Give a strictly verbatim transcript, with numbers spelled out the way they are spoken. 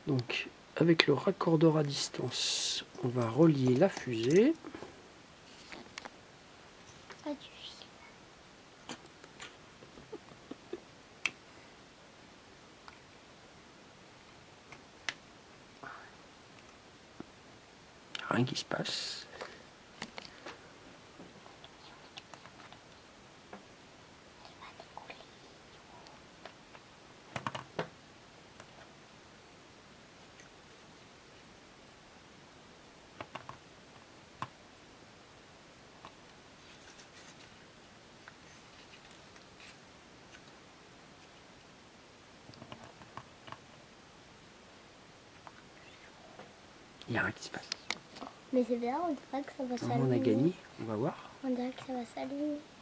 Donc avec le raccordeur à distance, on va relier la fusée. Rien qui se passe. Il n'y a rien qui se passe. Mais c'est bien, on dirait que ça va s'allumer. On a gagné, on va voir. On dirait que ça va s'allumer.